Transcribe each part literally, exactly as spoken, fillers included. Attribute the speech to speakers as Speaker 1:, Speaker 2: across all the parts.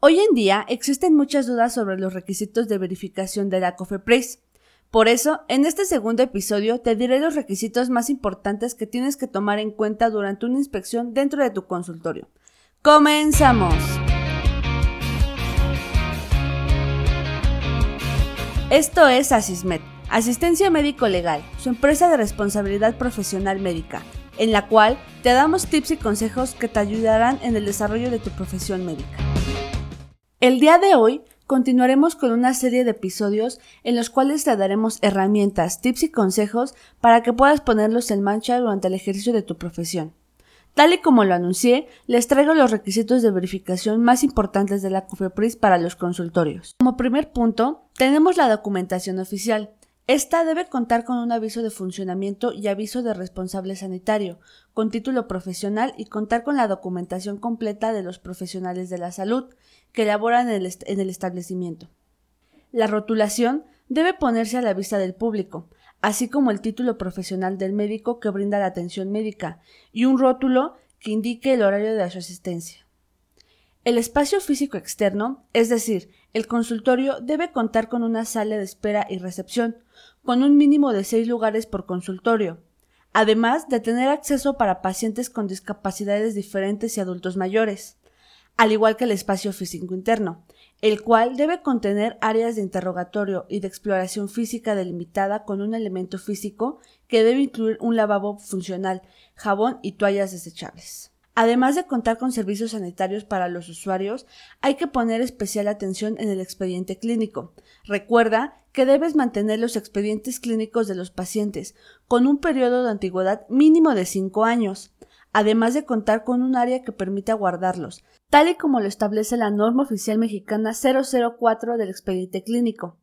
Speaker 1: Hoy en día existen muchas dudas sobre los requisitos de verificación de la COFEPRIS. Por eso, en este segundo episodio te diré los requisitos más importantes que tienes que tomar en cuenta durante una inspección dentro de tu consultorio. ¡Comenzamos! Esto es Asismed, Asistencia Médico Legal, su empresa de responsabilidad profesional médica, en la cual te damos tips y consejos que te ayudarán en el desarrollo de tu profesión médica. El día de hoy continuaremos con una serie de episodios en los cuales te daremos herramientas, tips y consejos para que puedas ponerlos en marcha durante el ejercicio de tu profesión. Tal y como lo anuncié, les traigo los requisitos de verificación más importantes de la COFEPRIS para los consultorios. Como primer punto, tenemos la documentación oficial. Esta debe contar con un aviso de funcionamiento y aviso de responsable sanitario, con título profesional y contar con la documentación completa de los profesionales de la salud que laboran en el, est- en el establecimiento. La rotulación debe ponerse a la vista del público, así como el título profesional del médico que brinda la atención médica y un rótulo que indique el horario de su asistencia. El espacio físico externo, es decir, el consultorio, debe contar con una sala de espera y recepción, con un mínimo de seis lugares por consultorio, además de tener acceso para pacientes con discapacidades diferentes y adultos mayores, al igual que el espacio físico interno, el cual debe contener áreas de interrogatorio y de exploración física delimitada con un elemento físico que debe incluir un lavabo funcional, jabón y toallas desechables. Además de contar con servicios sanitarios para los usuarios, hay que poner especial atención en el expediente clínico. Recuerda que debes mantener los expedientes clínicos de los pacientes con un periodo de antigüedad mínimo de cinco años, además de contar con un área que permita guardarlos, tal y como lo establece la norma oficial mexicana cero cero cuatro del expediente clínico.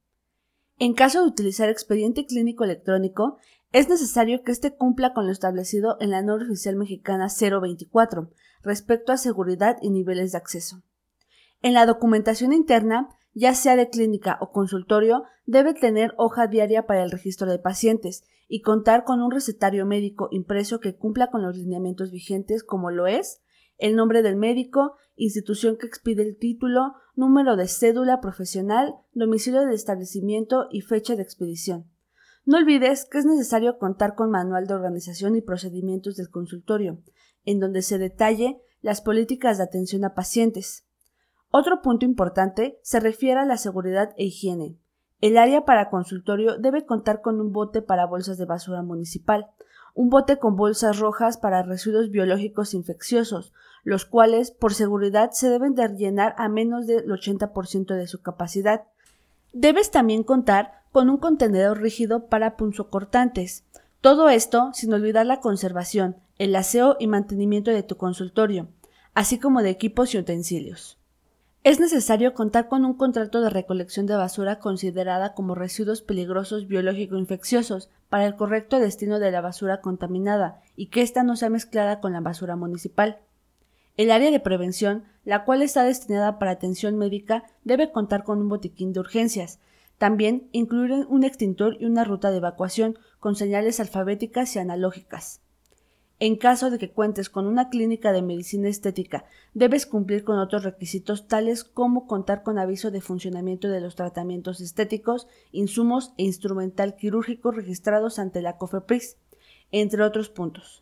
Speaker 1: En caso de utilizar expediente clínico electrónico, es necesario que éste cumpla con lo establecido en la norma oficial mexicana cero veinticuatro respecto a seguridad y niveles de acceso. En la documentación interna, ya sea de clínica o consultorio, debe tener hoja diaria para el registro de pacientes y contar con un recetario médico impreso que cumpla con los lineamientos vigentes, como lo es el nombre del médico, institución que expide el título, número de cédula profesional, domicilio del establecimiento y fecha de expedición. No olvides que es necesario contar con manual de organización y procedimientos del consultorio, en donde se detalle las políticas de atención a pacientes. Otro punto importante se refiere a la seguridad e higiene. El área para consultorio debe contar con un bote para bolsas de basura municipal, un bote con bolsas rojas para residuos biológicos infecciosos, los cuales, por seguridad, se deben de rellenar a menos del ochenta por ciento de su capacidad. Debes también contar con un contenedor rígido para punzocortantes. Todo esto sin olvidar la conservación, el aseo y mantenimiento de tu consultorio, así como de equipos y utensilios. Es necesario contar con un contrato de recolección de basura considerada como residuos peligrosos biológico-infecciosos para el correcto destino de la basura contaminada y que ésta no sea mezclada con la basura municipal. El área de prevención, la cual está destinada para atención médica, debe contar con un botiquín de urgencias. También incluir un extintor y una ruta de evacuación con señales alfabéticas y analógicas. En caso de que cuentes con una clínica de medicina estética, debes cumplir con otros requisitos tales como contar con aviso de funcionamiento de los tratamientos estéticos, insumos e instrumental quirúrgico registrados ante la COFEPRIS, entre otros puntos.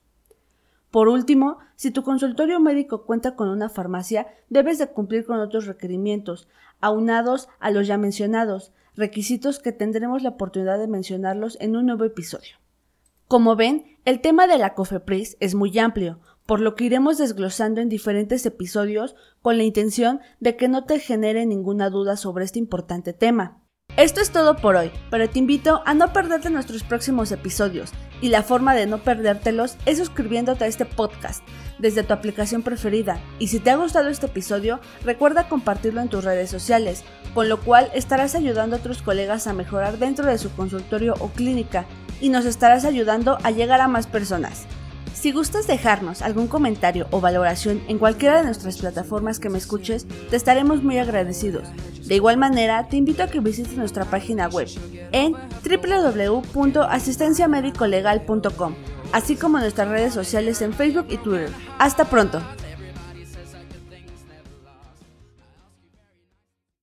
Speaker 1: Por último, si tu consultorio médico cuenta con una farmacia, debes de cumplir con otros requerimientos, aunados a los ya mencionados, requisitos que tendremos la oportunidad de mencionarlos en un nuevo episodio. Como ven, el tema de la COFEPRIS es muy amplio, por lo que iremos desglosando en diferentes episodios con la intención de que no te genere ninguna duda sobre este importante tema. Esto es todo por hoy, pero te invito a no perderte nuestros próximos episodios, y la forma de no perdértelos es suscribiéndote a este podcast desde tu aplicación preferida, y si te ha gustado este episodio, recuerda compartirlo en tus redes sociales, con lo cual estarás ayudando a otros colegas a mejorar dentro de su consultorio o clínica, y nos estarás ayudando a llegar a más personas. Si gustas dejarnos algún comentario o valoración en cualquiera de nuestras plataformas que me escuches, te estaremos muy agradecidos. De igual manera, te invito a que visites nuestra página web en doble u doble u doble u punto asistencia médico legal punto com, así como nuestras redes sociales en Facebook y Twitter. ¡Hasta pronto!